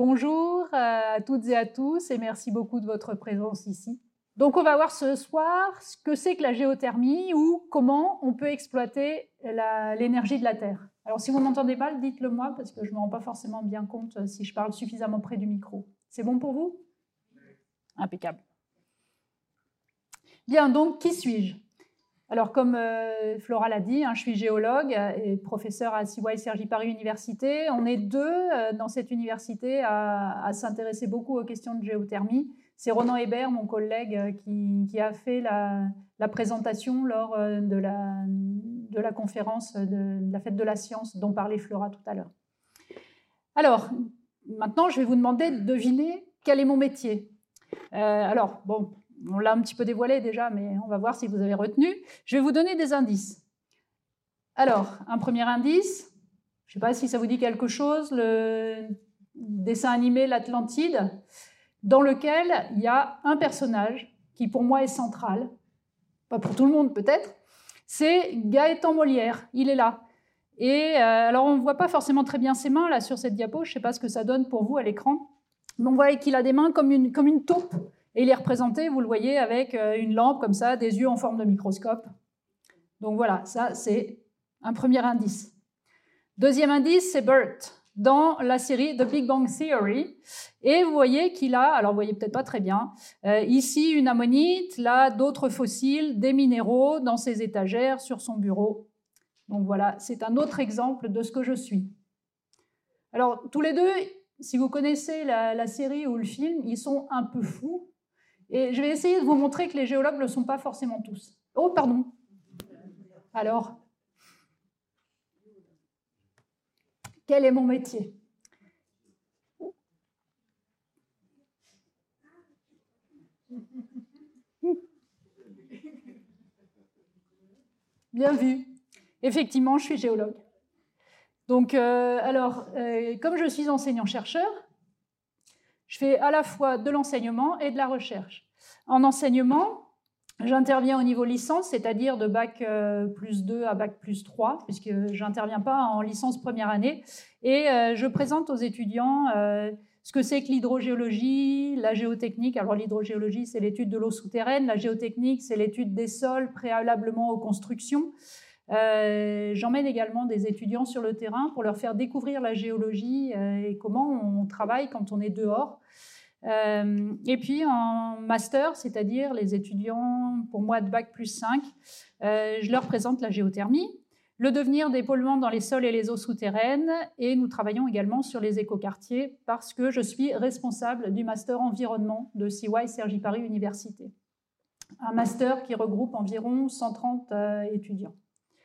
bonjour à toutes et à tous et merci beaucoup de votre présence ici. Donc on va voir ce soir ce que c'est que la géothermie ou comment on peut exploiter l'énergie de la Terre. Alors si vous m'entendez mal, dites-le moi parce que je ne me rends pas forcément bien compte si je parle suffisamment près du micro. C'est bon pour vous? Impeccable. Bien, donc qui suis-je? Alors, comme Flora l'a dit, je suis géologue et professeur à CY Cergy Paris Université. On est deux dans cette université à s'intéresser beaucoup aux questions de géothermie. C'est Ronan Hébert, mon collègue, qui a fait la présentation lors de la conférence de la fête de la science dont parlait Flora tout à l'heure. Alors, maintenant, je vais vous demander de deviner quel est mon métier. On l'a un petit peu dévoilé déjà, mais on va voir si vous avez retenu. Je vais vous donner des indices. Alors, un premier indice, je ne sais pas si ça vous dit quelque chose, le dessin animé L'Atlantide, dans lequel il y a un personnage qui pour moi est central, pas pour tout le monde peut-être, c'est Gaëtan Molière, il est là. Et alors on ne voit pas forcément très bien ses mains là sur cette diapo, je ne sais pas ce que ça donne pour vous à l'écran, mais on voit qu'il a des mains comme une taupe. Et il est représenté, vous le voyez, avec une lampe comme ça, des yeux en forme de microscope. Donc voilà, ça c'est un premier indice. Deuxième indice, c'est Bert, dans la série The Big Bang Theory. Et vous voyez qu'il a, alors vous voyez peut-être pas très bien, ici une ammonite, là d'autres fossiles, des minéraux dans ses étagères, sur son bureau. Donc voilà, c'est un autre exemple de ce que je suis. Alors tous les deux, si vous connaissez la série ou le film, ils sont un peu fous. Et je vais essayer de vous montrer que les géologues ne le sont pas forcément tous. Oh, pardon. Alors, quel est mon métier? Bien vu. Effectivement, je suis géologue. Donc, comme je suis enseignant-chercheur, je fais à la fois de l'enseignement et de la recherche. En enseignement, j'interviens au niveau licence, c'est-à-dire de bac plus 2 à bac plus 3, puisque je n'interviens pas en licence première année. Et je présente aux étudiants ce que c'est que l'hydrogéologie, la géotechnique. Alors l'hydrogéologie, c'est l'étude de l'eau souterraine. La géotechnique, c'est l'étude des sols préalablement aux constructions. J'emmène également des étudiants sur le terrain pour leur faire découvrir la géologie et comment on travaille quand on est dehors. Et puis en master, c'est-à-dire les étudiants pour moi de bac plus 5, je leur présente la géothermie, le devenir des polluants dans les sols et les eaux souterraines, et nous travaillons également sur les écoquartiers parce que je suis responsable du master environnement de CY Cergy Paris Université. Un master qui regroupe environ 130 étudiants.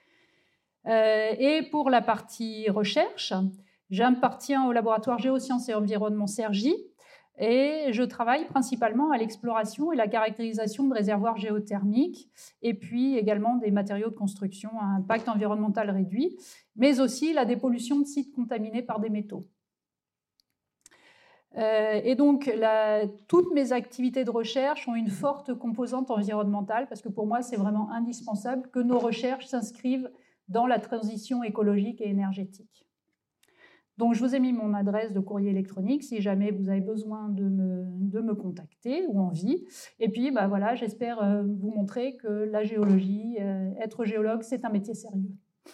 Et pour la partie recherche, j'appartiens au laboratoire Géosciences et Environnement Cergy, et je travaille principalement à l'exploration et la caractérisation de réservoirs géothermiques, et puis également des matériaux de construction à impact environnemental réduit, mais aussi la dépollution de sites contaminés par des métaux. Et donc, toutes mes activités de recherche ont une forte composante environnementale, parce que pour moi, c'est vraiment indispensable que nos recherches s'inscrivent dans la transition écologique et énergétique. Donc, je vous ai mis mon adresse de courrier électronique si jamais vous avez besoin de me contacter ou envie. Et puis, voilà, j'espère vous montrer que la géologie, être géologue, c'est un métier sérieux.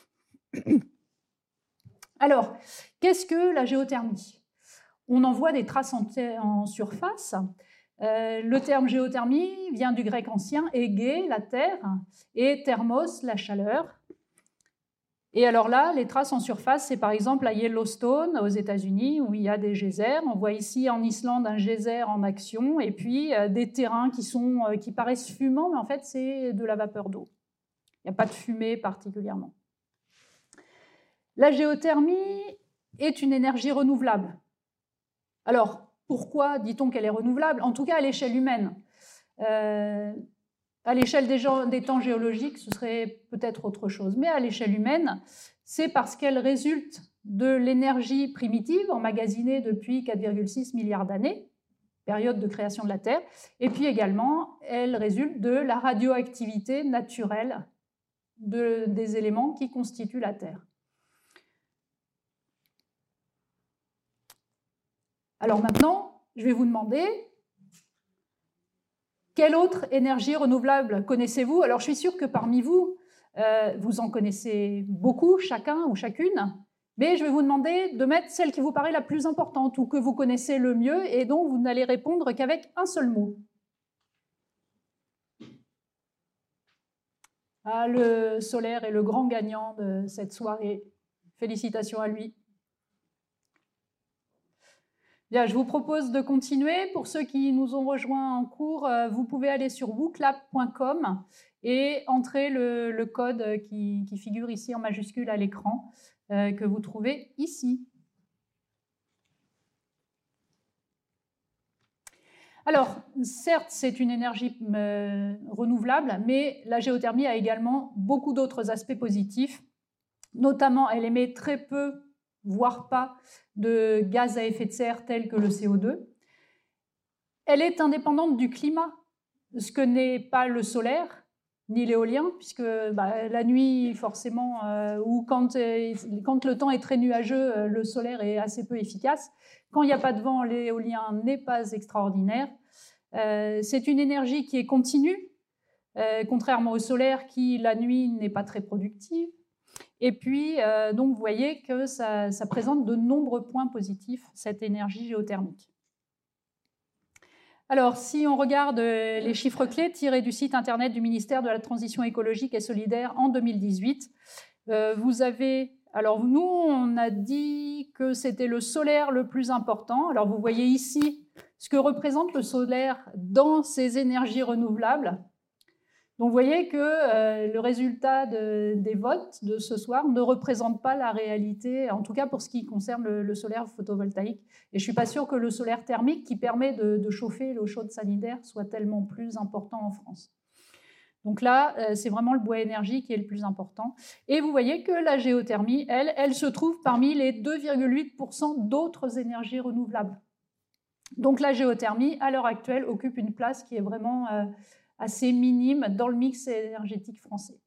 Alors, qu'est-ce que la géothermie? On en voit des traces en surface. Le terme géothermie vient du grec ancien, égé, la terre, et thermos, la chaleur. Et alors là, les traces en surface, c'est par exemple à Yellowstone, aux États-Unis, où il y a des geysers. On voit ici en Islande un geyser en action, et puis des terrains qui paraissent fumants, mais en fait, c'est de la vapeur d'eau. Il n'y a pas de fumée particulièrement. La géothermie est une énergie renouvelable. Alors, pourquoi dit-on qu'elle est renouvelable? En tout cas, à l'échelle humaine. À l'échelle des temps géologiques, ce serait peut-être autre chose. Mais à l'échelle humaine, c'est parce qu'elle résulte de l'énergie primitive emmagasinée depuis 4,6 milliards d'années, période de création de la Terre, et puis également, elle résulte de la radioactivité naturelle des éléments qui constituent la Terre. Alors maintenant, je vais vous demander quelle autre énergie renouvelable connaissez-vous? Alors je suis sûre que parmi vous, vous en connaissez beaucoup, chacun ou chacune, mais je vais vous demander de mettre celle qui vous paraît la plus importante ou que vous connaissez le mieux et dont vous n'allez répondre qu'avec un seul mot. Ah, le solaire est le grand gagnant de cette soirée. Félicitations à lui. Bien, je vous propose de continuer. Pour ceux qui nous ont rejoints en cours, vous pouvez aller sur wooklab.com et entrer le code qui figure ici en majuscule à l'écran, que vous trouvez ici. Alors, certes, c'est une énergie renouvelable, mais la géothermie a également beaucoup d'autres aspects positifs. Notamment, elle émet très peu, voire pas, de gaz à effet de serre tels que le CO2. Elle est indépendante du climat, ce que n'est pas le solaire ni l'éolien, puisque la nuit, forcément, ou quand le temps est très nuageux, le solaire est assez peu efficace. Quand il n'y a pas de vent, l'éolien n'est pas extraordinaire. C'est une énergie qui est continue, contrairement au solaire qui, la nuit, n'est pas très productive. Et puis, donc, vous voyez que ça présente de nombreux points positifs, cette énergie géothermique. Alors, si on regarde les chiffres clés tirés du site internet du ministère de la Transition écologique et solidaire en 2018, vous avez... Alors, nous, on a dit que c'était le solaire le plus important. Alors, vous voyez ici ce que représente le solaire dans ces énergies renouvelables. Donc, vous voyez que le résultat des votes de ce soir ne représente pas la réalité, en tout cas pour ce qui concerne le solaire photovoltaïque. Et je ne suis pas sûre que le solaire thermique, qui permet de chauffer l'eau chaude sanitaire, soit tellement plus important en France. Donc là, c'est vraiment le bois énergie qui est le plus important. Et vous voyez que la géothermie, elle se trouve parmi les 2,8% d'autres énergies renouvelables. Donc la géothermie, à l'heure actuelle, occupe une place qui est vraiment... assez minime dans le mix énergétique français.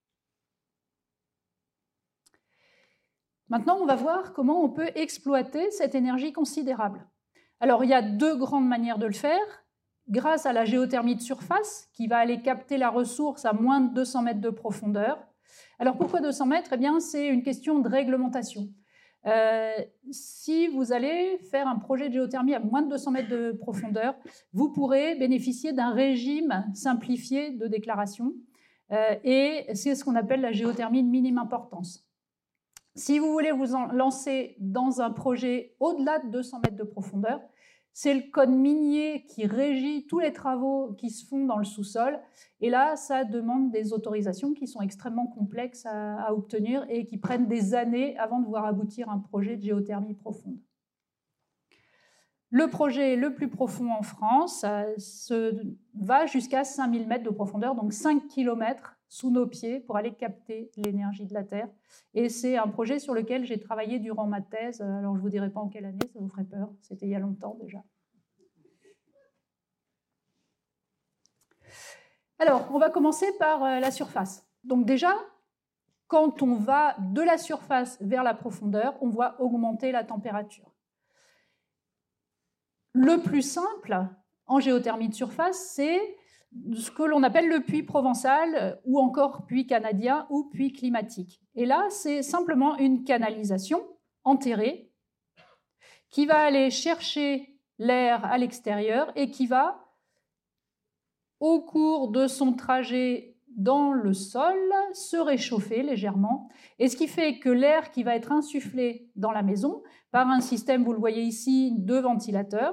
Maintenant, on va voir comment on peut exploiter cette énergie considérable. Alors, il y a deux grandes manières de le faire. Grâce à la géothermie de surface, qui va aller capter la ressource à moins de 200 mètres de profondeur. Alors, pourquoi 200 mètres? Eh bien, c'est une question de réglementation. Si vous allez faire un projet de géothermie à moins de 200 mètres de profondeur, vous pourrez bénéficier d'un régime simplifié de déclaration et c'est ce qu'on appelle la géothermie de minime importance. Si vous voulez vous lancer dans un projet au-delà de 200 mètres de profondeur, c'est le code minier qui régit tous les travaux qui se font dans le sous-sol. Et là, ça demande des autorisations qui sont extrêmement complexes à obtenir et qui prennent des années avant de voir aboutir un projet de géothermie profonde. Le projet le plus profond en France va jusqu'à 5000 mètres de profondeur, donc 5 km sous nos pieds pour aller capter l'énergie de la Terre. Et c'est un projet sur lequel j'ai travaillé durant ma thèse. Alors, je ne vous dirai pas en quelle année, ça vous ferait peur. C'était il y a longtemps déjà. Alors, on va commencer par la surface. Donc déjà, quand on va de la surface vers la profondeur, on voit augmenter la température. Le plus simple en géothermie de surface, c'est ce que l'on appelle le puits provençal ou encore puits canadien ou puits climatique. Et là, c'est simplement une canalisation enterrée qui va aller chercher l'air à l'extérieur et qui va, au cours de son trajet dans le sol, se réchauffer légèrement. Et ce qui fait que l'air qui va être insufflé dans la maison par un système, vous le voyez ici, de ventilateurs,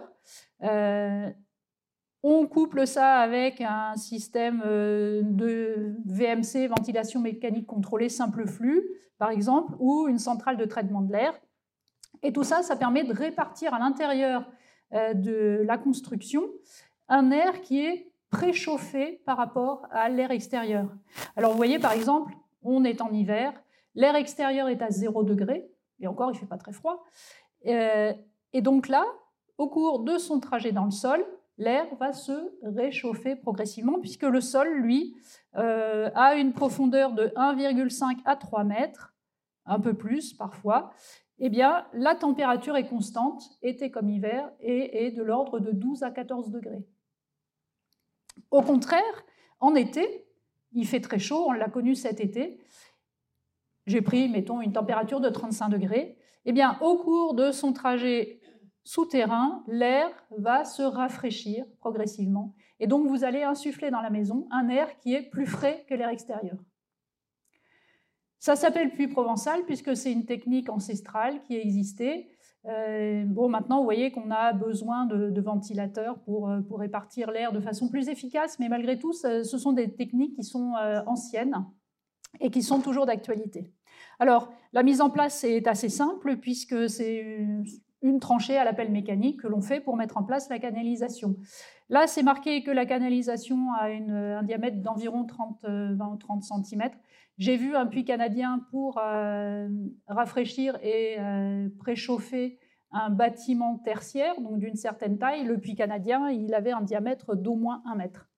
on couple ça avec un système de VMC, ventilation mécanique contrôlée simple flux, par exemple, ou une centrale de traitement de l'air. Et tout ça, ça permet de répartir à l'intérieur de la construction un air qui est préchauffé par rapport à l'air extérieur. Alors vous voyez, par exemple, on est en hiver, l'air extérieur est à 0 degré, et encore, il ne fait pas très froid. Et donc là, au cours de son trajet dans le sol, l'air va se réchauffer progressivement puisque le sol, lui, a une profondeur de 1,5 à 3 mètres, un peu plus parfois, eh bien, la température est constante, été comme hiver, et est de l'ordre de 12 à 14 degrés. Au contraire, en été, il fait très chaud, on l'a connu cet été, j'ai pris, mettons, une température de 35 degrés, eh bien, au cours de son trajet souterrain, l'air va se rafraîchir progressivement, et donc vous allez insuffler dans la maison un air qui est plus frais que l'air extérieur. Ça s'appelle pluie provençale puisque c'est une technique ancestrale qui existait. Bon, maintenant, vous voyez qu'on a besoin de ventilateurs pour répartir l'air de façon plus efficace, mais malgré tout, ce sont des techniques qui sont anciennes et qui sont toujours d'actualité. Alors, la mise en place est assez simple puisque c'est une tranchée à la pelle mécanique que l'on fait pour mettre en place la canalisation. Là, c'est marqué que la canalisation a un diamètre d'environ 20 ou 30 cm. J'ai vu un puits canadien pour rafraîchir et préchauffer un bâtiment tertiaire, donc d'une certaine taille. Le puits canadien, il avait un diamètre d'au moins 1 mètre.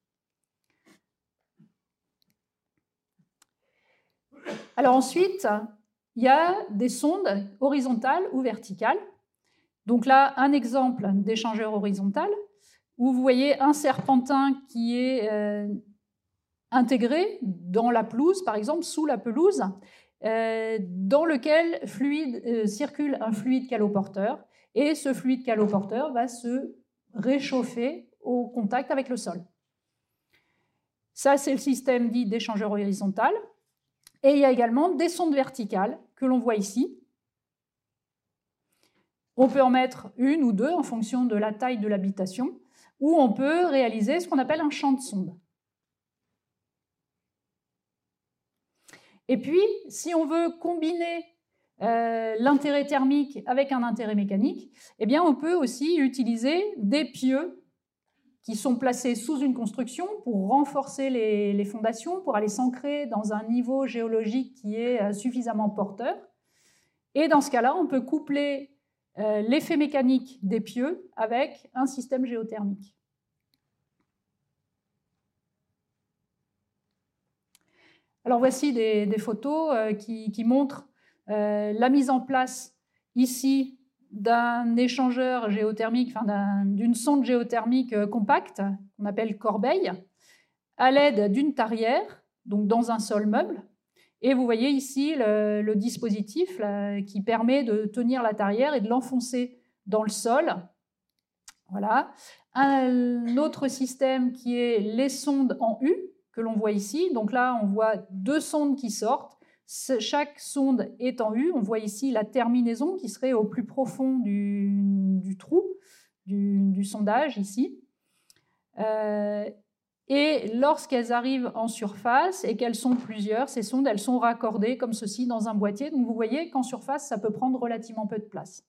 Alors ensuite, il y a des sondes horizontales ou verticales. Donc là, un exemple d'échangeur horizontal, où vous voyez un serpentin qui est intégré dans la pelouse, par exemple, sous la pelouse, dans lequel circule un fluide caloporteur, et ce fluide caloporteur va se réchauffer au contact avec le sol. Ça, c'est le système dit d'échangeur horizontal. Et il y a également des sondes verticales que l'on voit ici. On peut en mettre une ou deux en fonction de la taille de l'habitation, ou on peut réaliser ce qu'on appelle un champ de sonde. Et puis, si on veut combiner l'intérêt thermique avec un intérêt mécanique, eh bien, on peut aussi utiliser des pieux qui sont placés sous une construction pour renforcer les fondations, pour aller s'ancrer dans un niveau géologique qui est suffisamment porteur. Et dans ce cas-là, on peut coupler l'effet mécanique des pieux avec un système géothermique. Alors voici des photos qui montrent la mise en place ici d'un échangeur géothermique, enfin d'une sonde géothermique compacte, qu'on appelle corbeille, à l'aide d'une tarière, donc dans un sol meuble. Et vous voyez ici le dispositif là, qui permet de tenir la tarière et de l'enfoncer dans le sol. Voilà. Un autre système qui est les sondes en U, que l'on voit ici. Donc là, on voit deux sondes qui sortent. Chaque sonde est en U. On voit ici la terminaison qui serait au plus profond du trou, du sondage ici. Et lorsqu'elles arrivent en surface et qu'elles sont plusieurs, ces sondes, elles sont raccordées comme ceci dans un boîtier. Donc vous voyez qu'en surface, ça peut prendre relativement peu de place.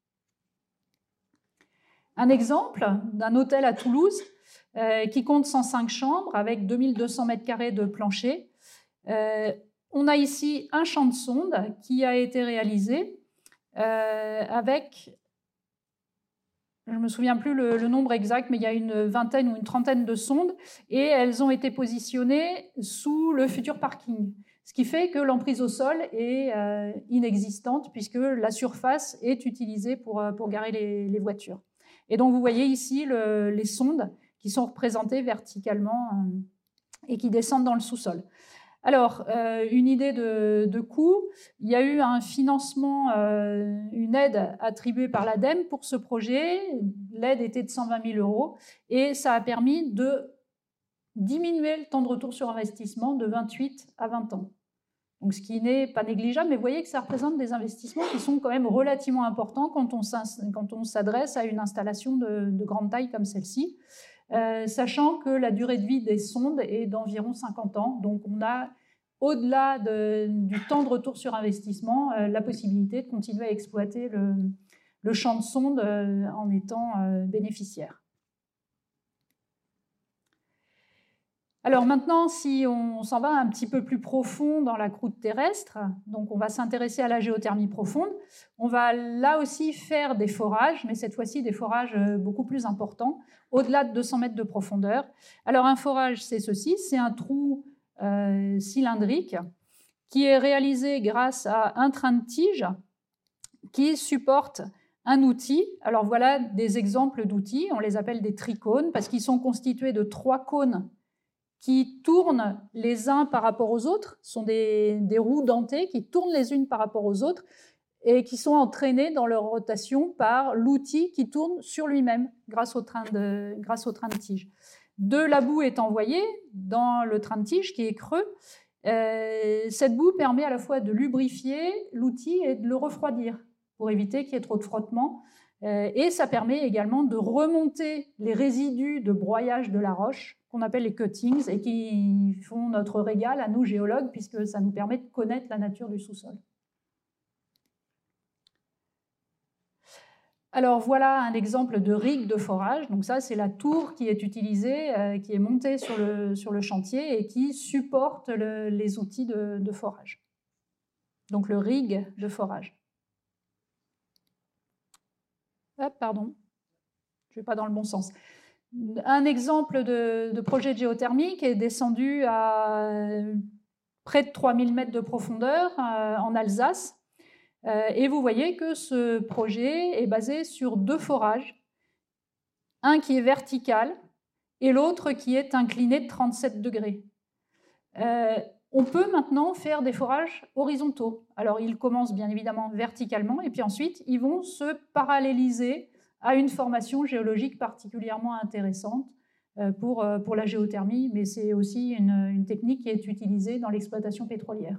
Un exemple d'un hôtel à Toulouse qui compte 105 chambres avec 2200 m² de plancher. On a ici un champ de sonde qui a été réalisé avec, je ne me souviens plus le nombre exact, mais il y a une vingtaine ou une trentaine de sondes et elles ont été positionnées sous le futur parking. Ce qui fait que l'emprise au sol est inexistante puisque la surface est utilisée pour garer les voitures. Et donc vous voyez ici les sondes qui sont représentées verticalement et qui descendent dans le sous-sol. Alors, une idée de coût, il y a eu un financement, une aide attribuée par l'ADEME pour ce projet. L'aide était de 120 000 € et ça a permis de diminuer le temps de retour sur investissement de 28 à 20 ans. Donc, ce qui n'est pas négligeable, mais vous voyez que ça représente des investissements qui sont quand même relativement importants quand on s'adresse à une installation de grande taille comme celle-ci, sachant que la durée de vie des sondes est d'environ 50 ans. Donc, on a, au-delà du temps de retour sur investissement, la possibilité de continuer à exploiter le champ de sonde en étant bénéficiaire. Alors maintenant, si on s'en va un petit peu plus profond dans la croûte terrestre, donc on va s'intéresser à la géothermie profonde, on va là aussi faire des forages, mais cette fois-ci des forages beaucoup plus importants, au-delà de 200 mètres de profondeur. Alors un forage, c'est ceci, c'est un trou cylindrique qui est réalisé grâce à un train de tige qui supportent un outil. Alors voilà des exemples d'outils, on les appelle des tricônes parce qu'ils sont constitués de 3 cônes qui tournent les uns par rapport aux autres, ce sont des roues dentées qui tournent les unes par rapport aux autres et qui sont entraînées dans leur rotation par l'outil qui tourne sur lui-même grâce au train de tige. De la boue est envoyée dans le train de tige qui est creux. Cette boue permet à la fois de lubrifier l'outil et de le refroidir pour éviter qu'il y ait trop de frottement. Et ça permet également de remonter les résidus de broyage de la roche qu'on appelle les cuttings et qui font notre régal à nous géologues puisque ça nous permet de connaître la nature du sous-sol. Alors voilà un exemple de rigue de forage. Donc ça, c'est la tour qui est utilisée, qui est montée sur le chantier et qui supporte les outils de forage. Donc le rig de forage. Hop, pardon, je ne vais pas dans le bon sens. Un exemple de projet de géothermie qui est descendu à près de 3000 mètres de profondeur en Alsace. Et vous voyez que ce projet est basé sur 2 forages, un qui est vertical et l'autre qui est incliné de 37 degrés. On peut maintenant faire des forages horizontaux. Alors ils commencent bien évidemment verticalement et puis ensuite ils vont se paralléliser à une formation géologique particulièrement intéressante pour la géothermie, mais c'est aussi une technique qui est utilisée dans l'exploitation pétrolière.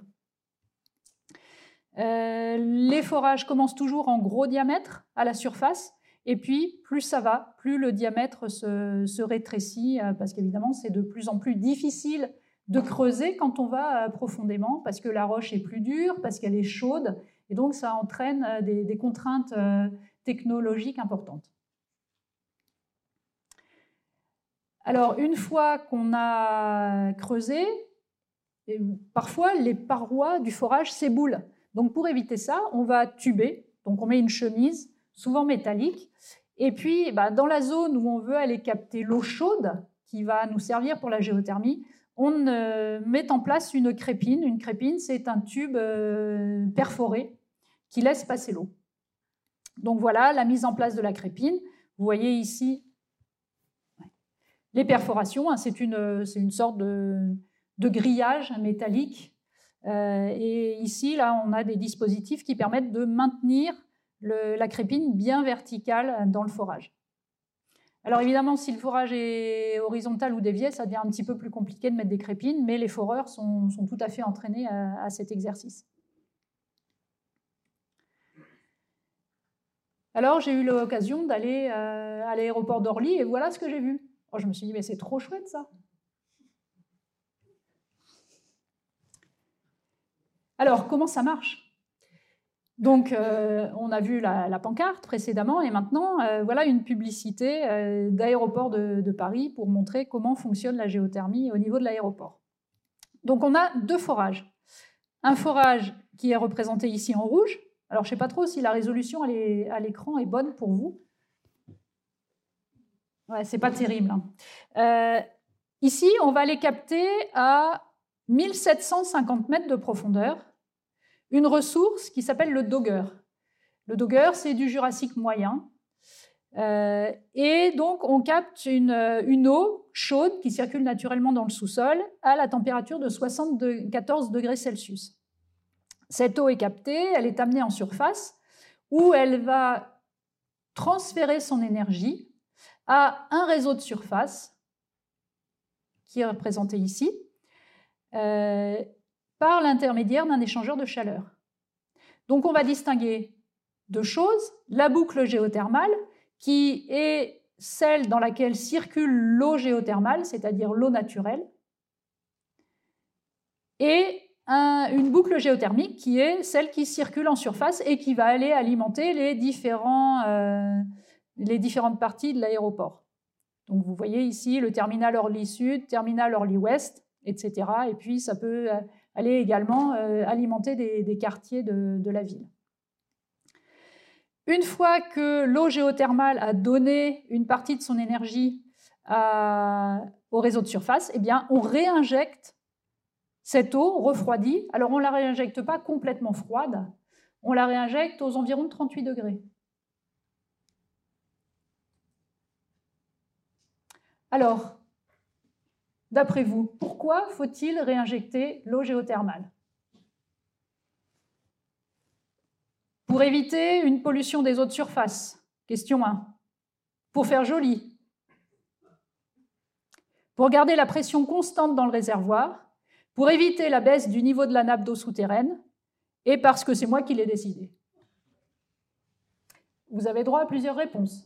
Les forages commencent toujours en gros diamètre à la surface, et puis plus ça va, plus le diamètre se rétrécit, parce qu'évidemment c'est de plus en plus difficile de creuser quand on va profondément, parce que la roche est plus dure, parce qu'elle est chaude, et donc ça entraîne des contraintes technologiques importantes. Alors une fois qu'on a creusé, parfois les parois du forage s'éboulent. Donc pour éviter ça, on va tuber, donc on met une chemise, souvent métallique, et puis dans la zone où on veut aller capter l'eau chaude, qui va nous servir pour la géothermie, on met en place une crépine. Une crépine, c'est un tube perforé qui laisse passer l'eau. Donc voilà la mise en place de la crépine. Vous voyez ici les perforations, hein, c'est une sorte de grillage métallique. Et ici, là, on a des dispositifs qui permettent de maintenir la crépine bien verticale dans le forage. Alors évidemment, si le forage est horizontal ou dévié, ça devient un petit peu plus compliqué de mettre des crépines, mais les foreurs sont tout à fait entraînés à cet exercice. Alors j'ai eu l'occasion d'aller à l'aéroport d'Orly et voilà ce que j'ai vu. Oh, je me suis dit, mais c'est trop chouette ça. Alors, comment ça marche? Donc, on a vu la pancarte précédemment et maintenant, voilà une publicité d'aéroport de Paris pour montrer comment fonctionne la géothermie au niveau de l'aéroport. Donc, on a 2 forages. Un forage qui est représenté ici en rouge. Alors, je ne sais pas trop si la résolution à l'écran est bonne pour vous. Ouais, c'est pas terrible. Hein. Ici, on va les capter à 1750 mètres de profondeur, une ressource qui s'appelle le Dogger. Le Dogger, c'est du Jurassique moyen. Et donc, on capte une eau chaude qui circule naturellement dans le sous-sol à la température de 74 degrés Celsius. Cette eau est captée, elle est amenée en surface, où elle va transférer son énergie à un réseau de surface, qui est représenté ici, par l'intermédiaire d'un échangeur de chaleur. Donc on va distinguer 2 choses, la boucle géothermale, qui est celle dans laquelle circule l'eau géothermale, c'est-à-dire l'eau naturelle, et une boucle géothermique qui est celle qui circule en surface et qui va aller alimenter les différentes parties de l'aéroport. Donc vous voyez ici le terminal Orly Sud, terminal Orly Ouest, etc. Et puis ça peut aller également alimenter des quartiers de la ville. Une fois que l'eau géothermale a donné une partie de son énergie au réseau de surface, eh bien, on réinjecte cette eau refroidie. Alors on ne la réinjecte pas complètement froide, on la réinjecte aux environs de 38 degrés. Alors, d'après vous, pourquoi faut-il réinjecter l'eau géothermale? Pour éviter une pollution des eaux de surface. Question 1. Pour faire joli. Pour garder la pression constante dans le réservoir. Pour éviter la baisse du niveau de la nappe d'eau souterraine. Et parce que c'est moi qui l'ai décidé. Vous avez droit à plusieurs réponses.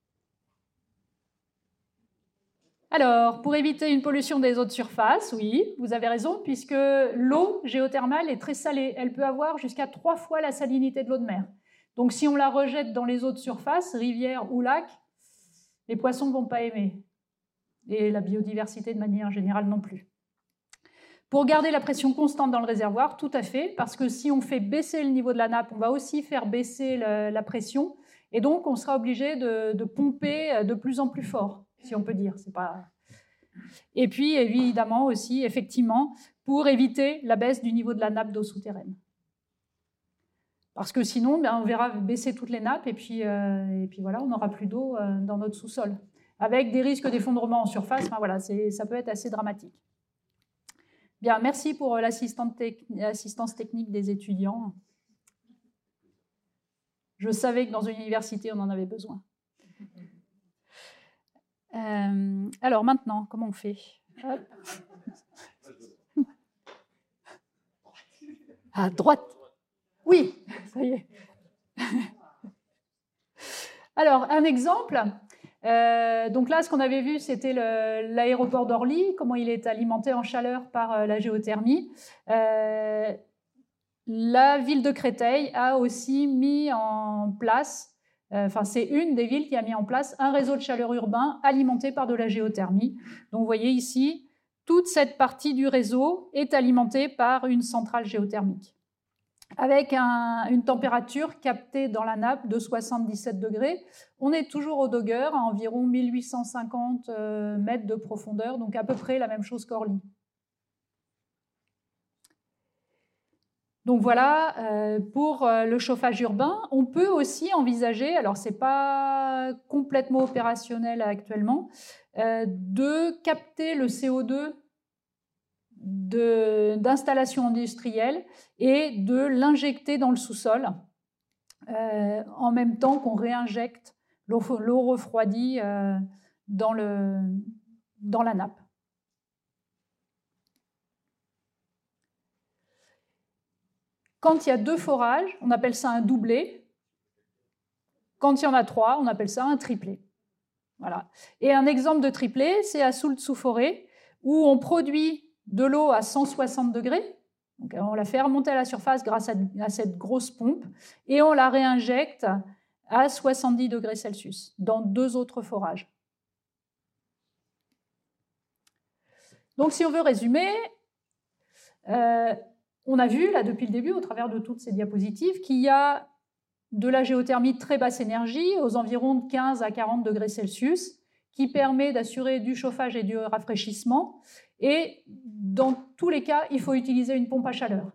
Alors, pour éviter une pollution des eaux de surface, oui, vous avez raison, puisque l'eau géothermale est très salée. Elle peut avoir jusqu'à 3 fois la salinité de l'eau de mer. Donc, si on la rejette dans les eaux de surface, rivières ou lacs, les poissons ne vont pas aimer. Et la biodiversité de manière générale non plus. Pour garder la pression constante dans le réservoir, tout à fait, parce que si on fait baisser le niveau de la nappe, on va aussi faire baisser la pression, et donc on sera obligé de pomper de plus en plus fort, si on peut dire. C'est pas... Et puis, évidemment aussi, effectivement, pour éviter la baisse du niveau de la nappe d'eau souterraine. Parce que sinon, on verra baisser toutes les nappes, et puis voilà, on n'aura plus d'eau dans notre sous-sol. Avec des risques d'effondrement en surface, voilà, ça peut être assez dramatique. Bien, merci pour l'assistance technique des étudiants. Je savais que dans une université, on en avait besoin. Alors maintenant, comment on fait? Hop. À droite. Oui, ça y est. Alors, un exemple. Donc là, ce qu'on avait vu, c'était l'aéroport d'Orly, comment il est alimenté en chaleur par la géothermie. La ville de Créteil a aussi mis en place, c'est une des villes qui a mis en place un réseau de chaleur urbain alimenté par de la géothermie. Donc vous voyez ici, toute cette partie du réseau est alimentée par une centrale géothermique, avec une température captée dans la nappe de 77 degrés. On est toujours au Dogger, à environ 1850 mètres de profondeur, donc à peu près la même chose qu'Orly. Donc voilà, pour le chauffage urbain, on peut aussi envisager, alors ce n'est pas complètement opérationnel actuellement, de capter le CO2 d'installations industrielles et de l'injecter dans le sous-sol en même temps qu'on réinjecte l'eau refroidie dans la nappe. Quand il y a 2 forages, on appelle ça un doublé. Quand il y en a 3, on appelle ça un triplé. Voilà. Et un exemple de triplé, c'est à Soult-sous-Forêt, où on produit de l'eau à 160 degrés. Donc on la fait remonter à la surface grâce à cette grosse pompe, et on la réinjecte à 70 degrés Celsius dans 2 autres forages. Donc si on veut résumer, on a vu là depuis le début, au travers de toutes ces diapositives, qu'il y a de la géothermie de très basse énergie, aux environs de 15 à 40 degrés Celsius, qui permet d'assurer du chauffage et du rafraîchissement. Et dans tous les cas, il faut utiliser une pompe à chaleur.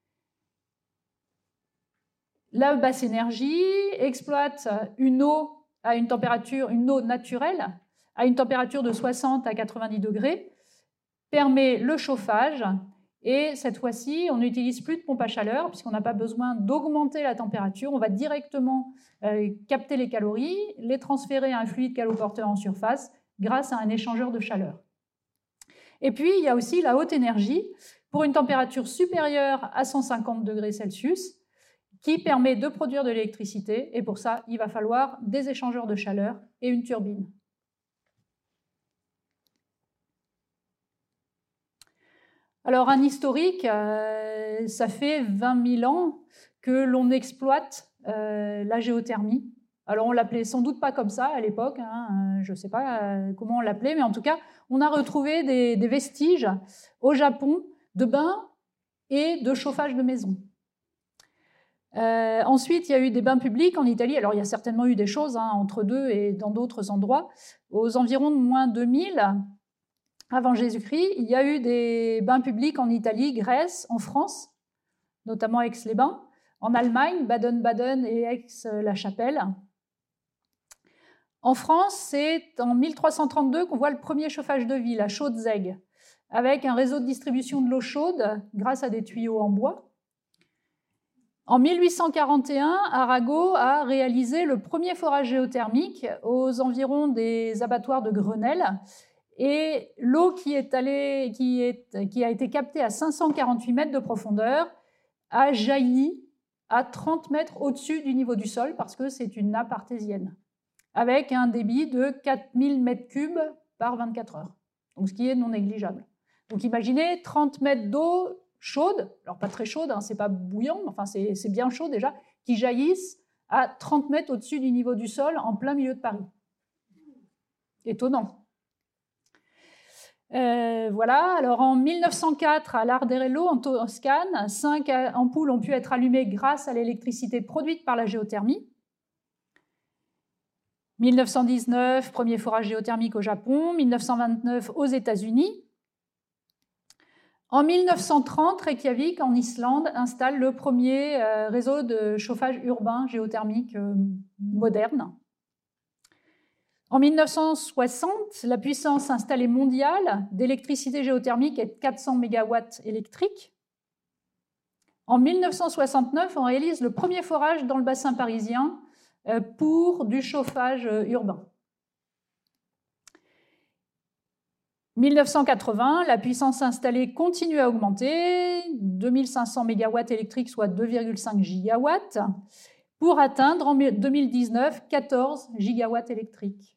La basse énergie exploite une eau à une température, une eau naturelle, à une température de 60 à 90 degrés, permet le chauffage. Et cette fois-ci, on n'utilise plus de pompe à chaleur puisqu'on n'a pas besoin d'augmenter la température. On va directement capter les calories, les transférer à un fluide caloporteur en surface grâce à un échangeur de chaleur. Et puis, il y a aussi la haute énergie pour une température supérieure à 150 degrés Celsius qui permet de produire de l'électricité. Et pour ça, il va falloir des échangeurs de chaleur et une turbine. Alors, un historique, ça fait 20 000 ans que l'on exploite la géothermie. Alors, on ne l'appelait sans doute pas comme ça à l'époque, hein, je ne sais pas comment on l'appelait, mais en tout cas, on a retrouvé des vestiges au Japon de bains et de chauffage de maison. Ensuite, il y a eu des bains publics en Italie. Alors, il y a certainement eu des choses entre deux et dans d'autres endroits. Aux environs de moins 2000, avant Jésus-Christ, il y a eu des bains publics en Italie, Grèce, en France, notamment Aix-les-Bains, en Allemagne, Baden-Baden et Aix-la-Chapelle. En France, c'est en 1332 qu'on voit le premier chauffage de ville à Chaudes-Aigues, avec un réseau de distribution de l'eau chaude grâce à des tuyaux en bois. En 1841, Arago a réalisé le premier forage géothermique aux environs des abattoirs de Grenelle. Et l'eau qui a été captée à 548 mètres de profondeur a jailli à 30 mètres au-dessus du niveau du sol parce que c'est une nappe artésienne, avec un débit de 4000 mètres cubes par 24 heures, donc ce qui est non négligeable. Donc imaginez 30 mètres d'eau chaude, alors pas très chaude, hein, c'est pas bouillant, mais enfin c'est bien chaud déjà, qui jaillissent à 30 mètres au-dessus du niveau du sol en plein milieu de Paris. Étonnant. Voilà, alors en 1904, à Larderello, en Toscane, 5 ampoules ont pu être allumées grâce à l'électricité produite par la géothermie. 1919, premier forage géothermique au Japon. 1929, aux États-Unis. En 1930, Reykjavik, en Islande, installe le premier réseau de chauffage urbain géothermique moderne. En 1960, la puissance installée mondiale d'électricité géothermique est de 400 MW électriques. En 1969, on réalise le premier forage dans le bassin parisien pour du chauffage urbain. 1980, la puissance installée continue à augmenter, 2500 MW électriques, soit 2,5 gigawatts, pour atteindre en 2019 14 gigawatts électriques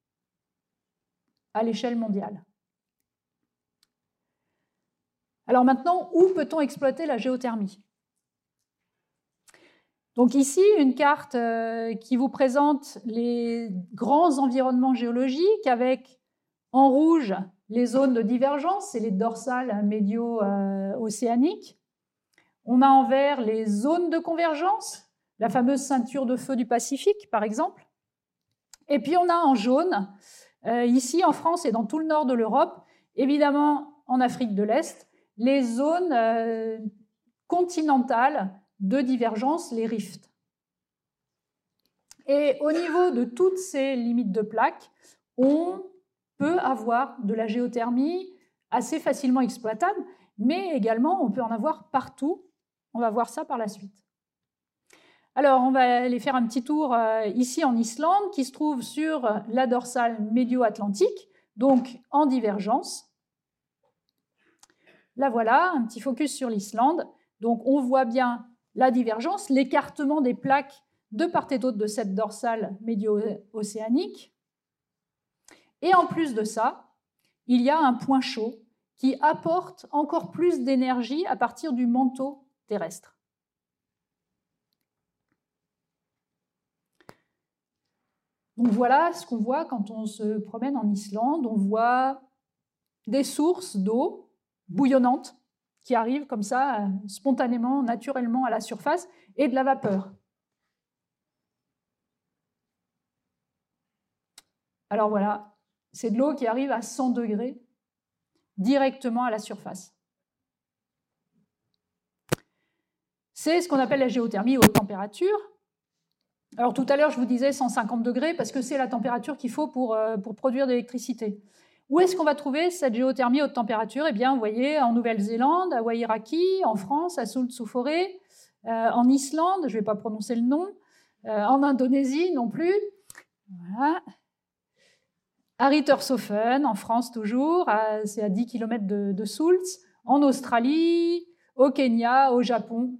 à l'échelle mondiale. Alors maintenant, où peut-on exploiter la géothermie ? Donc ici, une carte qui vous présente les grands environnements géologiques avec en rouge les zones de divergence, c'est les dorsales médio-océaniques. On a en vert les zones de convergence, la fameuse ceinture de feu du Pacifique, par exemple. Et puis on a en jaune, ici en France et dans tout le nord de l'Europe, évidemment en Afrique de l'Est, les zones continentales de divergence, les rifts. Et au niveau de toutes ces limites de plaques, on peut avoir de la géothermie assez facilement exploitable, mais également on peut en avoir partout. On va voir ça par la suite. Alors, on va aller faire un petit tour ici en Islande, qui se trouve sur la dorsale médio-atlantique, donc en divergence. Là, voilà, un petit focus sur l'Islande. Donc, on voit bien la divergence, l'écartement des plaques de part et d'autre de cette dorsale médio-océanique. Et en plus de ça, il y a un point chaud qui apporte encore plus d'énergie à partir du manteau terrestre. Donc voilà ce qu'on voit quand on se promène en Islande. On voit des sources d'eau bouillonnante qui arrivent comme ça, spontanément, naturellement à la surface, et de la vapeur. Alors voilà, c'est de l'eau qui arrive à 100 degrés directement à la surface. C'est ce qu'on appelle la géothermie haute température. Alors tout à l'heure, je vous disais 150 degrés parce que c'est la température qu'il faut pour produire de l'électricité. Où est-ce qu'on va trouver cette géothermie haute température ? Eh bien, vous voyez, en Nouvelle-Zélande, à Wairaki, en France, à Soult-sous-Forêt, en Islande, je ne vais pas prononcer le nom, en Indonésie non plus, voilà. À Rittershofen, en France toujours, c'est à 10 km de Soult, en Australie, au Kenya, au Japon.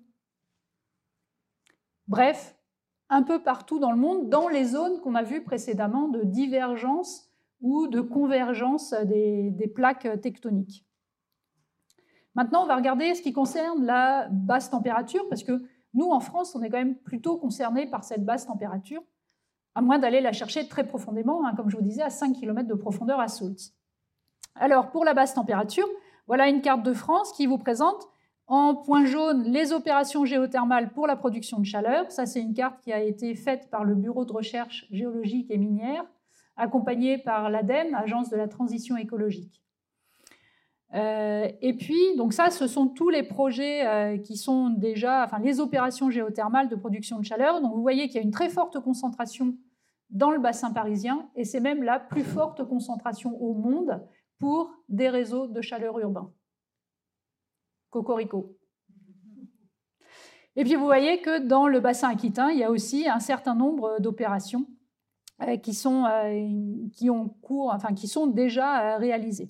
Bref, un peu partout dans le monde, dans les zones qu'on a vues précédemment de divergence ou de convergence des plaques tectoniques. Maintenant, on va regarder ce qui concerne la basse température, parce que nous, en France, on est quand même plutôt concernés par cette basse température, à moins d'aller la chercher très profondément, comme je vous disais, à 5 km de profondeur à Soult. Alors, pour la basse température, voilà une carte de France qui vous présente en point jaune les opérations géothermales pour la production de chaleur. Ça, c'est une carte qui a été faite par le Bureau de recherche géologique et minière, accompagnée par l'ADEME, Agence de la transition écologique. Et puis, donc ça, ce sont tous les projets qui sont déjà, enfin les opérations géothermales de production de chaleur. Donc vous voyez qu'il y a une très forte concentration dans le bassin parisien, et c'est même la plus forte concentration au monde pour des réseaux de chaleur urbains. Cocorico. Et puis vous voyez que dans le bassin aquitain, il y a aussi un certain nombre d'opérations qui sont déjà réalisées.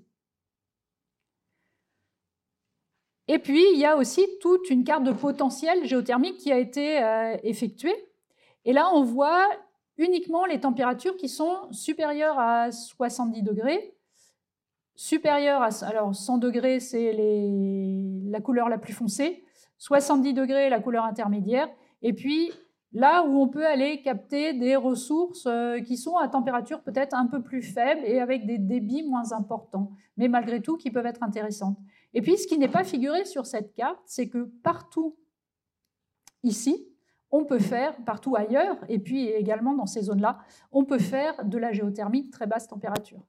Et puis, il y a aussi toute une carte de potentiel géothermique qui a été effectuée. Et là, on voit uniquement les températures qui sont supérieures à 70 degrés. Supérieures à... Alors, 100 degrés, c'est la couleur la plus foncée. 70 degrés, la couleur intermédiaire. Et puis, là où on peut aller capter des ressources qui sont à température peut-être un peu plus faible et avec des débits moins importants, mais malgré tout qui peuvent être intéressantes. Et puis, ce qui n'est pas figuré sur cette carte, c'est que partout ici, on peut faire, partout ailleurs, et puis également dans ces zones-là, on peut faire de la géothermie de très basse température.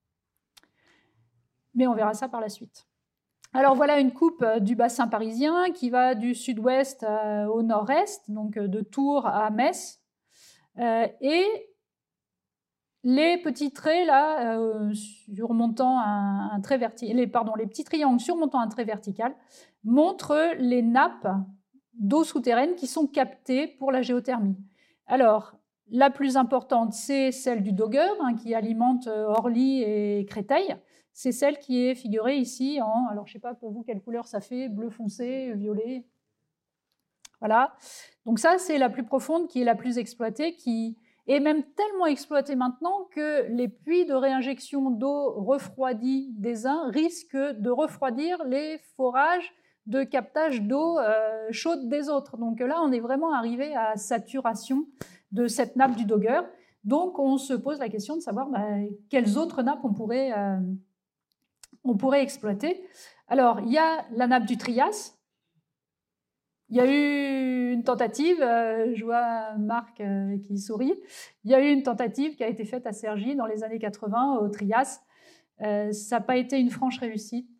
Mais on verra ça par la suite. Alors voilà une coupe du bassin parisien qui va du sud-ouest au nord-est, donc de Tours à Metz. Et les petits traits là, surmontant un trait vertical, les petits triangles surmontant un trait vertical montrent les nappes d'eau souterraine qui sont captées pour la géothermie. Alors, la plus importante, c'est celle du Dogger, qui alimente Orly et Créteil. C'est celle qui est figurée ici en, alors je ne sais pas pour vous quelle couleur ça fait, bleu foncé, violet. Voilà. Donc ça, c'est la plus profonde, qui est la plus exploitée, qui est même tellement exploitée maintenant que les puits de réinjection d'eau refroidie des uns risquent de refroidir les forages de captage d'eau chaude des autres. Donc là, on est vraiment arrivé à saturation de cette nappe du Dogger. Donc on se pose la question de savoir quelles autres nappes on pourrait exploiter. Alors, il y a la nappe du Trias. Il y a eu une tentative, je vois Marc qui sourit, il y a eu une tentative qui a été faite à Cergy dans les années 80 au Trias. Ça n'a pas été une franche réussite.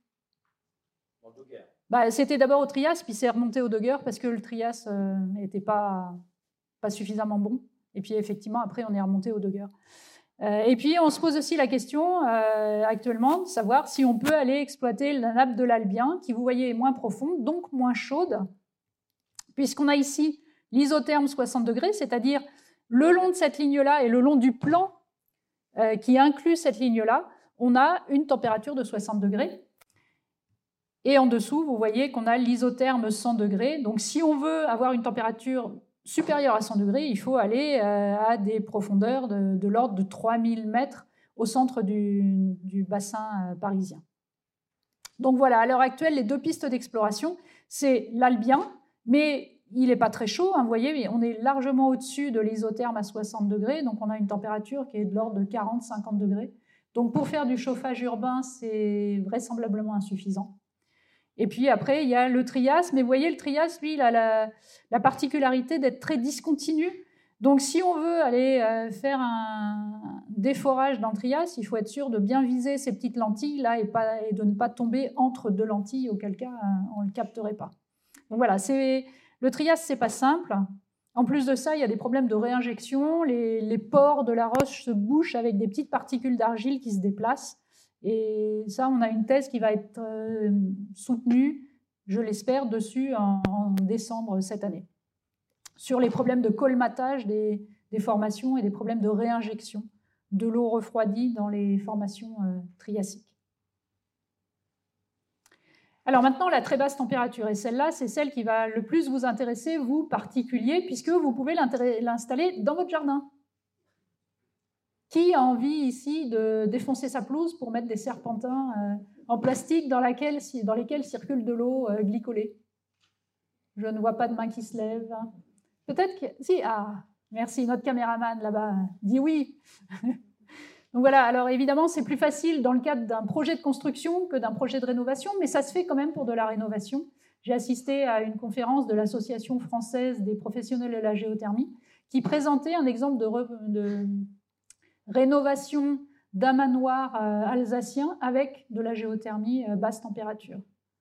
C'était d'abord au Trias, puis c'est remonté au Dogger parce que le Trias n'était pas suffisamment bon. Et puis effectivement, après, on est remonté au Dogger. Et puis, on se pose aussi la question actuellement de savoir si on peut aller exploiter la nappe de l'Albien, qui, vous voyez, est moins profonde, donc moins chaude, puisqu'on a ici l'isotherme 60 degrés, c'est-à-dire le long de cette ligne-là et le long du plan qui inclut cette ligne-là, on a une température de 60 degrés. Et en dessous, vous voyez qu'on a l'isotherme 100 degrés. Donc, si on veut avoir une température supérieure à 100 degrés, il faut aller à des profondeurs de l'ordre de 3000 mètres au centre du bassin parisien. Donc voilà, à l'heure actuelle, les deux pistes d'exploration, c'est l'Albien, mais il n'est pas très chaud, vous voyez, on est largement au-dessus de l'isotherme à 60 degrés, donc on a une température qui est de l'ordre de 40-50 degrés. Donc pour faire du chauffage urbain, c'est vraisemblablement insuffisant. Et puis après, il y a le Trias, mais vous voyez, le Trias, lui, il a la particularité d'être très discontinu. Donc si on veut aller faire un déforage dans le Trias, il faut être sûr de bien viser ces petites lentilles-là et de ne pas tomber entre deux lentilles, auquel cas on ne le capterait pas. Donc voilà, le Trias, c'est pas simple. En plus de ça, il y a des problèmes de réinjection. Les pores de la roche se bouchent avec des petites particules d'argile qui se déplacent. Et ça, on a une thèse qui va être soutenue, je l'espère, dessus en décembre cette année, sur les problèmes de colmatage des formations et des problèmes de réinjection de l'eau refroidie dans les formations triassiques. Alors maintenant, la très basse température, et celle-là, c'est celle qui va le plus vous intéresser, vous, particulier, puisque vous pouvez l'installer dans votre jardin. Qui a envie ici de défoncer sa pelouse pour mettre des serpentins en plastique dans lesquels circule de l'eau glycolée? Je ne vois pas de main qui se lève. Peut-être que... Si, merci, notre caméraman là-bas dit oui. Donc voilà, alors évidemment, c'est plus facile dans le cadre d'un projet de construction que d'un projet de rénovation, mais ça se fait quand même pour de la rénovation. J'ai assisté à une conférence de l'Association française des professionnels de la géothermie qui présentait un exemple de rénovation d'un manoir alsacien avec de la géothermie basse température.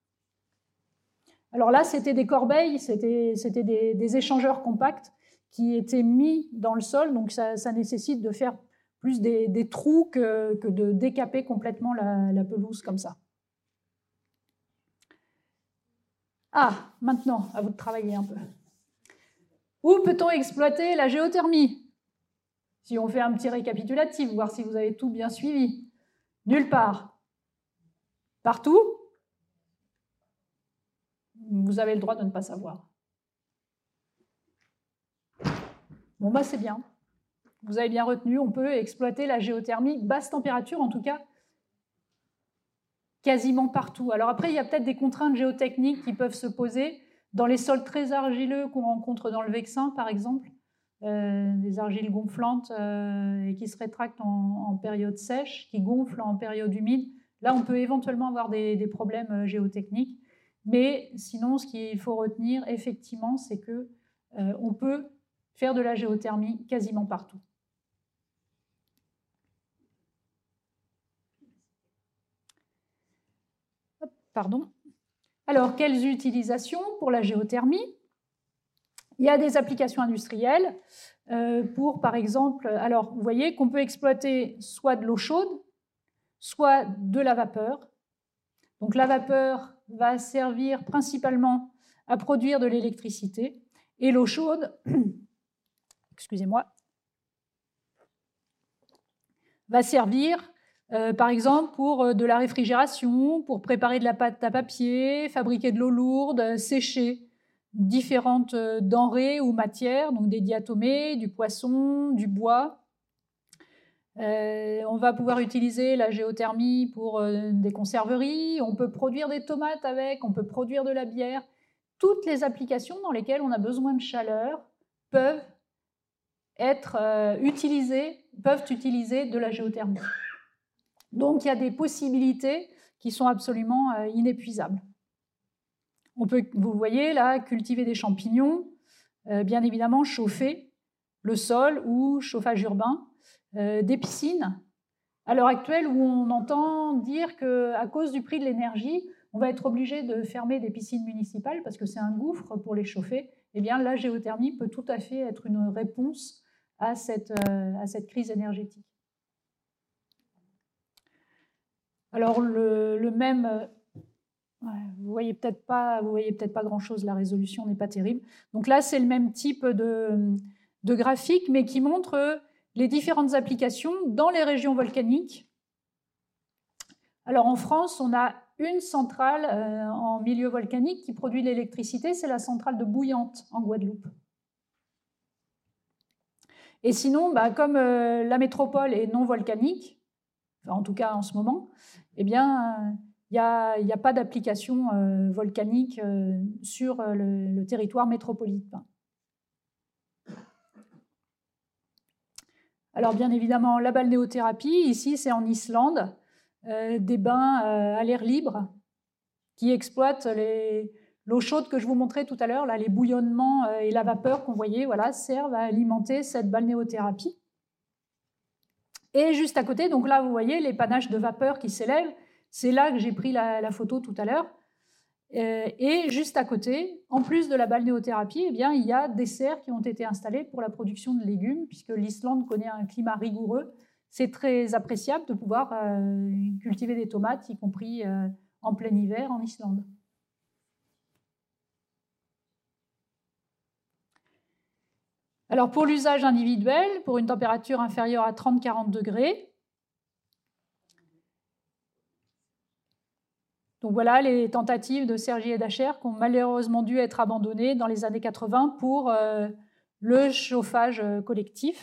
Alors là, c'était des corbeilles, c'était des échangeurs compacts qui étaient mis dans le sol, donc ça nécessite de faire plus des trous que de décaper complètement la pelouse comme ça. Ah, maintenant, à vous de travailler un peu. Où peut-on exploiter la géothermie? Si on fait un petit récapitulatif, voir si vous avez tout bien suivi. Nulle part. Partout? Vous avez le droit de ne pas savoir. Bon, bah c'est bien. Vous avez bien retenu, on peut exploiter la géothermie basse température, en tout cas, quasiment partout. Alors après, il y a peut-être des contraintes géotechniques qui peuvent se poser dans les sols très argileux qu'on rencontre dans le Vexin, par exemple, des argiles gonflantes et qui se rétractent en période sèche, qui gonflent en période humide. Là, on peut éventuellement avoir des problèmes géotechniques. Mais sinon, ce qu'il faut retenir, effectivement, c'est qu'on peut faire de la géothermie quasiment partout. Pardon. Alors, quelles utilisations pour la géothermie? Il y a des applications industrielles pour, par exemple, alors vous voyez qu'on peut exploiter soit de l'eau chaude, soit de la vapeur. Donc la vapeur va servir principalement à produire de l'électricité et l'eau chaude, excusez-moi, va servir par exemple pour de la réfrigération, pour préparer de la pâte à papier, fabriquer de l'eau lourde, sécher différentes denrées ou matières, donc des diatomées, du poisson, du bois. On va pouvoir utiliser la géothermie pour des conserveries, on peut produire des tomates avec, on peut produire de la bière. Toutes les applications dans lesquelles on a besoin de chaleur peuvent utiliser de la géothermie. Donc il y a des possibilités qui sont absolument inépuisables. On peut, vous voyez là, cultiver des champignons, bien évidemment chauffer le sol ou chauffage urbain, des piscines. À l'heure actuelle, où on entend dire qu'à cause du prix de l'énergie, on va être obligé de fermer des piscines municipales parce que c'est un gouffre pour les chauffer, eh bien la géothermie peut tout à fait être une réponse à cette crise énergétique. Alors le même, vous voyez peut-être pas grand-chose, la résolution n'est pas terrible. Donc là, c'est le même type de graphique, mais qui montre les différentes applications dans les régions volcaniques. Alors en France, on a une centrale en milieu volcanique qui produit l'électricité, c'est la centrale de Bouillante en Guadeloupe. Et sinon, comme la métropole est non volcanique, enfin, en tout cas en ce moment, eh bien, il n'y a pas d'application volcanique sur le territoire métropolitain. Alors bien évidemment, la balnéothérapie, ici c'est en Islande, des bains à l'air libre qui exploitent l'eau chaude que je vous montrais tout à l'heure, là, les bouillonnements et la vapeur qu'on voyait, voilà, servent à alimenter cette balnéothérapie. Et juste à côté, donc là vous voyez les panaches de vapeur qui s'élèvent, c'est là que j'ai pris la photo tout à l'heure. Et juste à côté, en plus de la balnéothérapie, eh bien, il y a des serres qui ont été installées pour la production de légumes, puisque l'Islande connaît un climat rigoureux. C'est très appréciable de pouvoir cultiver des tomates, y compris en plein hiver en Islande. Alors pour l'usage individuel, pour une température inférieure à 30-40 degrés, donc voilà les tentatives de Sergi et d'Acher qui ont malheureusement dû être abandonnées dans les années 80 pour le chauffage collectif.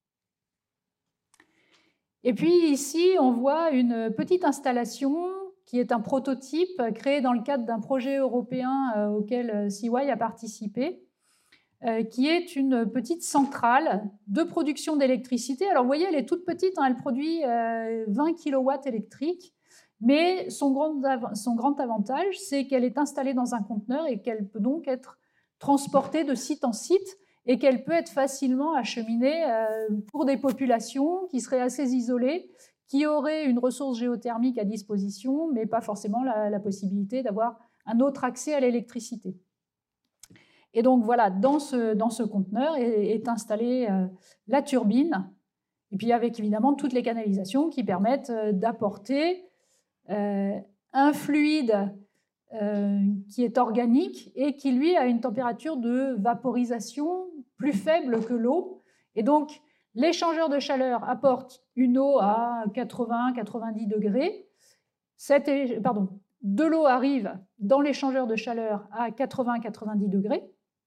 Et puis ici, on voit une petite installation qui est un prototype créé dans le cadre d'un projet européen auquel CY a participé, qui est une petite centrale de production d'électricité. Alors vous voyez, elle est toute petite, hein, elle produit 20 kW électriques. Mais son grand avantage, c'est qu'elle est installée dans un conteneur et qu'elle peut donc être transportée de site en site et qu'elle peut être facilement acheminée pour des populations qui seraient assez isolées, qui auraient une ressource géothermique à disposition, mais pas forcément la possibilité d'avoir un autre accès à l'électricité. Et donc voilà, dans ce conteneur est installée la turbine, et puis avec évidemment toutes les canalisations qui permettent d'apporter un fluide qui est organique et qui, lui, a une température de vaporisation plus faible que l'eau. Et donc, l'échangeur de chaleur apporte une eau à 80-90 degrés. De l'eau arrive dans l'échangeur de chaleur à 80-90 degrés.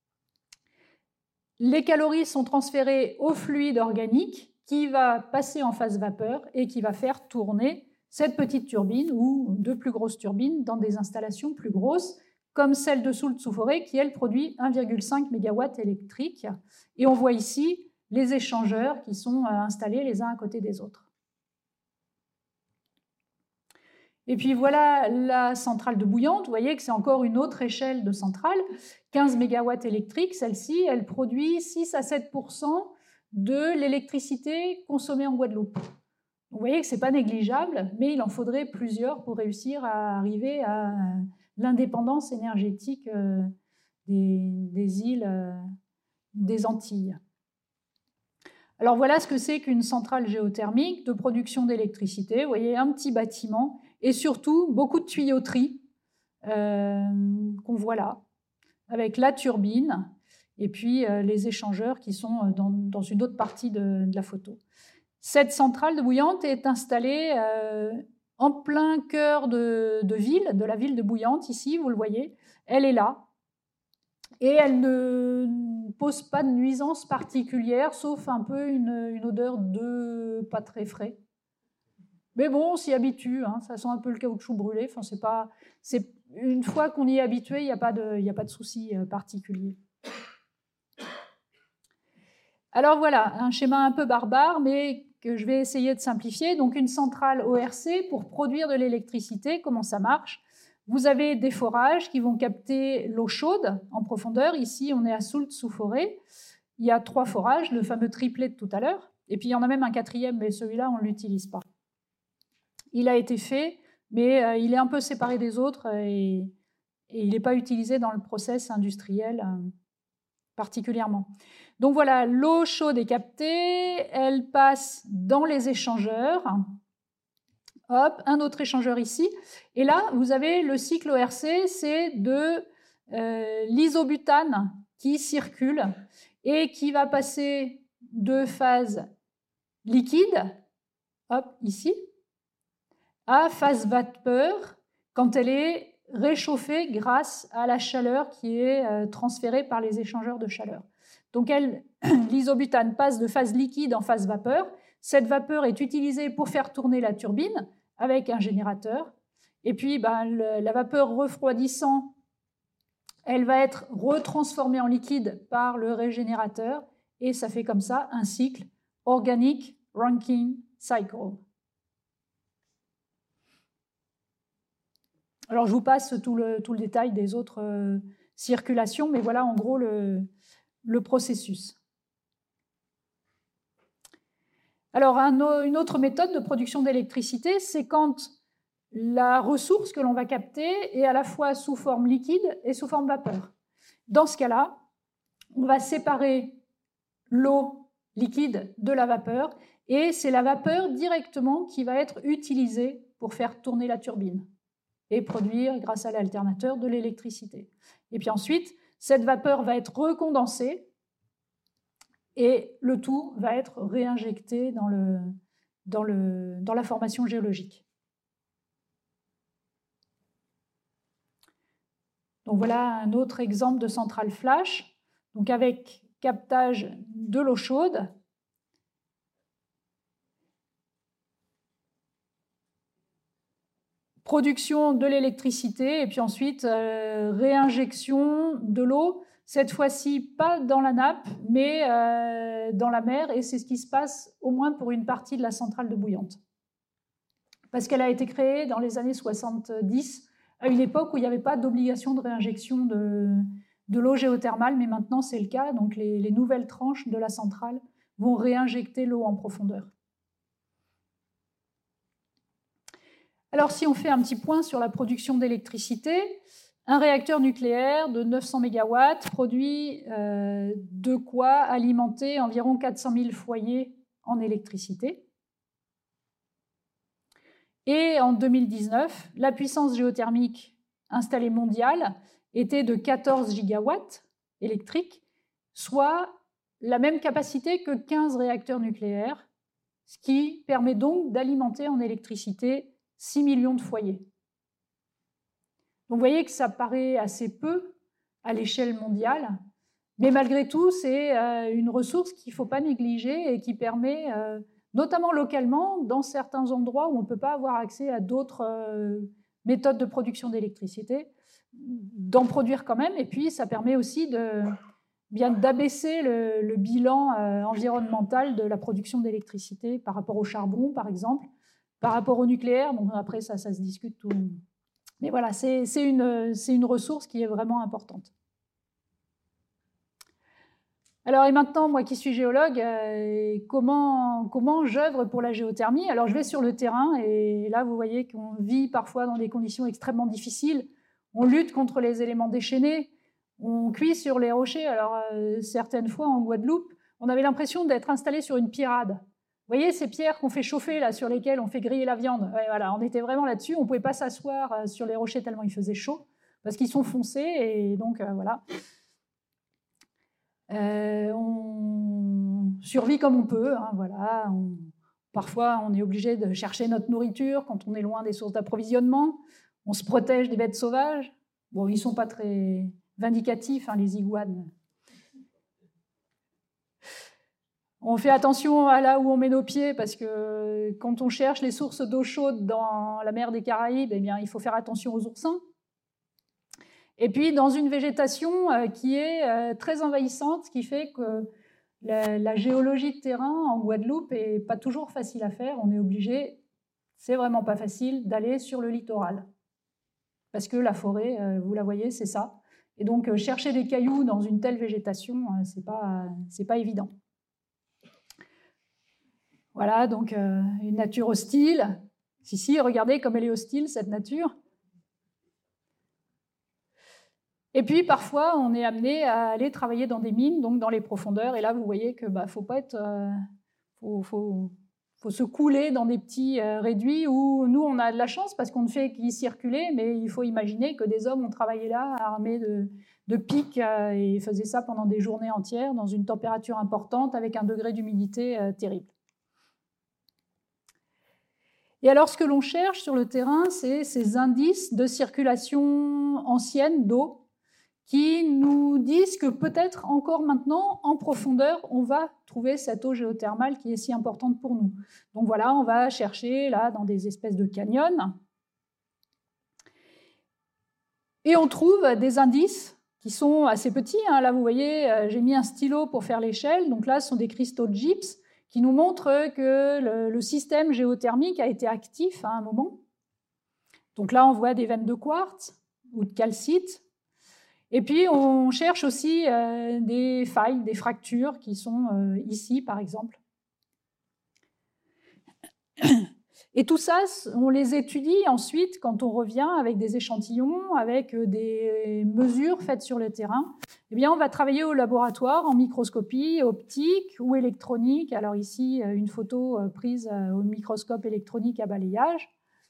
Les calories sont transférées au fluide organique qui va passer en phase vapeur et qui va faire tourner cette petite turbine ou de plus grosses turbines dans des installations plus grosses, comme celle de Soultz-sous-Forêt qui, elle, produit 1,5 MW électrique. Et on voit ici les échangeurs qui sont installés les uns à côté des autres. Et puis voilà la centrale de Bouillante. Vous voyez que c'est encore une autre échelle de centrale, 15 MW électrique. Celle-ci, elle produit 6 à 7% de l'électricité consommée en Guadeloupe. Vous voyez que ce n'est pas négligeable, mais il en faudrait plusieurs pour réussir à arriver à l'indépendance énergétique des îles des Antilles. Alors voilà ce que c'est qu'une centrale géothermique de production d'électricité. Vous voyez, un petit bâtiment et surtout beaucoup de tuyauterie qu'on voit là, avec la turbine et puis les échangeurs qui sont dans une autre partie de la photo. Cette centrale de Bouillante est installée en plein cœur de la ville de Bouillante, ici, vous le voyez. Elle est là. Et elle ne pose pas de nuisance particulière, sauf un peu une odeur de pas très frais. Mais bon, on s'y habitue, hein, ça sent un peu le caoutchouc brûlé. Enfin, une fois qu'on y est habitué, il n'y a pas de souci particulier. Alors voilà, un schéma un peu barbare, mais que je vais essayer de simplifier. Donc une centrale ORC pour produire de l'électricité, comment ça marche ? Vous avez des forages qui vont capter l'eau chaude en profondeur. Ici, on est à Soultz-sous-Forêt. Il y a 3 forages, le fameux triplet de tout à l'heure. Et puis il y en a même un 4e, mais celui-là, on ne l'utilise pas. Il a été fait, mais il est un peu séparé des autres et il n'est pas utilisé dans le process industriel particulièrement. Donc voilà, l'eau chaude est captée, elle passe dans les échangeurs. Hop, un autre échangeur ici. Et là, vous avez le cycle ORC, c'est de l'isobutane qui circule et qui va passer de phase liquide, hop, ici, à phase vapeur quand elle est réchauffée grâce à la chaleur qui est transférée par les échangeurs de chaleur. Donc l'isobutane passe de phase liquide en phase vapeur. Cette vapeur est utilisée pour faire tourner la turbine avec un générateur. Et puis la vapeur refroidissant, elle va être retransformée en liquide par le régénérateur. Et ça fait comme ça un cycle Organic Rankine Cycle. Alors je vous passe tout le détail des autres circulations, mais voilà en gros le processus. Alors, une autre méthode de production d'électricité, c'est quand la ressource que l'on va capter est à la fois sous forme liquide et sous forme vapeur. Dans ce cas-là, on va séparer l'eau liquide de la vapeur et c'est la vapeur directement qui va être utilisée pour faire tourner la turbine et produire, grâce à l'alternateur, de l'électricité. Et puis ensuite, cette vapeur va être recondensée et le tout va être réinjecté dans la formation géologique. Donc voilà un autre exemple de centrale flash, donc avec captage de l'eau chaude. Production de l'électricité et puis ensuite réinjection de l'eau. Cette fois-ci, pas dans la nappe, mais dans la mer, et c'est ce qui se passe au moins pour une partie de la centrale de Bouillante. Parce qu'elle a été créée dans les années 70, à une époque où il n'y avait pas d'obligation de réinjection de l'eau géothermale, mais maintenant c'est le cas, donc les nouvelles tranches de la centrale vont réinjecter l'eau en profondeur. Alors, si on fait un petit point sur la production d'électricité, un réacteur nucléaire de 900 MW produit de quoi alimenter environ 400 000 foyers en électricité. Et en 2019, la puissance géothermique installée mondiale était de 14 gigawatts électriques, soit la même capacité que 15 réacteurs nucléaires, ce qui permet donc d'alimenter en électricité 6 millions de foyers. Donc vous voyez que ça paraît assez peu à l'échelle mondiale, mais malgré tout, c'est une ressource qu'il ne faut pas négliger et qui permet, notamment localement, dans certains endroits où on ne peut pas avoir accès à d'autres méthodes de production d'électricité, d'en produire quand même. Et puis, ça permet aussi d'abaisser le bilan environnemental de la production d'électricité par rapport au charbon, par exemple, par rapport au nucléaire. Bon, après, ça se discute tout. Mais voilà, c'est une ressource qui est vraiment importante. Alors, et maintenant, moi qui suis géologue, comment j'œuvre pour la géothermie? Alors, je vais sur le terrain, et là, vous voyez qu'on vit parfois dans des conditions extrêmement difficiles. On lutte contre les éléments déchaînés, on cuit sur les rochers. Alors, certaines fois, en Guadeloupe, on avait l'impression d'être installé sur une pierrade. Vous voyez ces pierres qu'on fait chauffer, là, sur lesquelles on fait griller la viande? Ouais, voilà, on était vraiment là-dessus. On ne pouvait pas s'asseoir sur les rochers tellement il faisait chaud, parce qu'ils sont foncés, et donc, voilà. On survit comme on peut, hein, voilà. Parfois, on est obligé de chercher notre nourriture quand on est loin des sources d'approvisionnement. On se protège des bêtes sauvages. Bon, ils ne sont pas très vindicatifs, hein, les iguanes. On fait attention à là où on met nos pieds, parce que quand on cherche les sources d'eau chaude dans la mer des Caraïbes, eh bien, il faut faire attention aux oursins. Et puis, dans une végétation qui est très envahissante, ce qui fait que la géologie de terrain en Guadeloupe n'est pas toujours facile à faire. On est obligé, c'est vraiment pas facile, d'aller sur le littoral. Parce que la forêt, vous la voyez, c'est ça. Et donc, chercher des cailloux dans une telle végétation, c'est pas évident. Voilà, donc une nature hostile. Si, regardez comme elle est hostile, cette nature. Et puis, parfois, on est amené à aller travailler dans des mines, donc dans les profondeurs. Et là, vous voyez que faut pas être... faut se couler dans des petits réduits où nous, on a de la chance parce qu'on ne fait qu'y circuler, mais il faut imaginer que des hommes ont travaillé là, armés de pics, et faisaient ça pendant des journées entières, dans une température importante, avec un degré d'humidité terrible. Et alors, ce que l'on cherche sur le terrain, c'est ces indices de circulation ancienne d'eau, qui nous disent que peut-être encore maintenant, en profondeur, on va trouver cette eau géothermale qui est si importante pour nous. Donc voilà, on va chercher là dans des espèces de canyons. Et on trouve des indices qui sont assez petits. Là, vous voyez, j'ai mis un stylo pour faire l'échelle. Donc là, ce sont des cristaux de gypse qui nous montrent que le système géothermique a été actif à un moment. Donc là, on voit des veines de quartz ou de calcite. Et puis, on cherche aussi des failles, des fractures qui sont ici, par exemple. Et tout ça, on les étudie ensuite quand on revient avec des échantillons, avec des mesures faites sur le terrain. Eh bien, on va travailler au laboratoire en microscopie optique ou électronique. Alors ici, une photo prise au microscope électronique à balayage.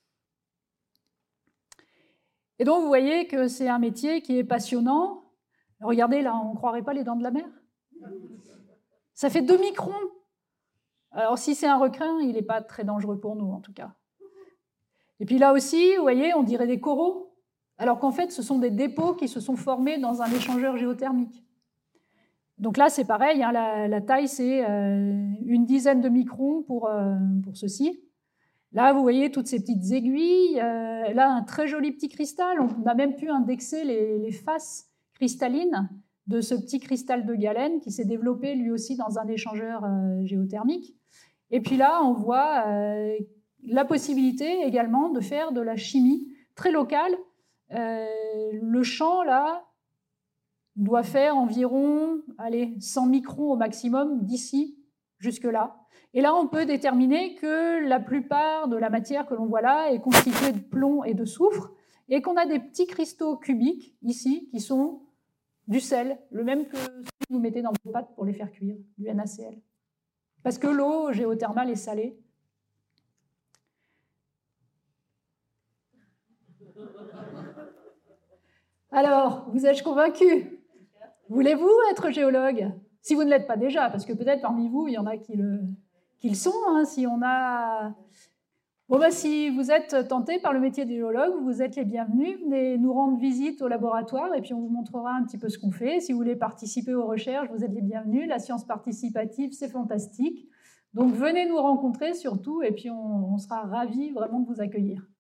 Et donc, vous voyez que c'est un métier qui est passionnant. Regardez, là, on ne croirait pas les dents de la mer. Ça fait 2 microns. Alors, si c'est un requin, il n'est pas très dangereux pour nous, en tout cas. Et puis là aussi, vous voyez, on dirait des coraux, alors qu'en fait, ce sont des dépôts qui se sont formés dans un échangeur géothermique. Donc là, c'est pareil, hein, la taille, c'est une dizaine de microns pour ceci. Là, vous voyez toutes ces petites aiguilles. Là, un très joli petit cristal. On a même pu indexer les faces cristallines de ce petit cristal de galène qui s'est développé lui aussi dans un échangeur géothermique. Et puis là, on voit la possibilité également de faire de la chimie très locale. Le champ, là, doit faire environ 100 microns au maximum d'ici jusque-là. Et là, on peut déterminer que la plupart de la matière que l'on voit là est constituée de plomb et de soufre, et qu'on a des petits cristaux cubiques, ici, qui sont du sel, le même que ce que vous mettez dans vos pâtes pour les faire cuire, du NaCl. Parce que l'eau géothermale est salée. Alors, vous ai-je convaincu? Voulez-vous être géologue? Si vous ne l'êtes pas déjà, parce que peut-être parmi vous, il y en a qui le sont. Hein, si on a... Bon, bah, si vous êtes tenté par le métier de géologue, vous êtes les bienvenus. Venez nous rendre visite au laboratoire et puis on vous montrera un petit peu ce qu'on fait. Si vous voulez participer aux recherches, vous êtes les bienvenus. La science participative, c'est fantastique. Donc venez nous rencontrer surtout et puis on sera ravis vraiment de vous accueillir.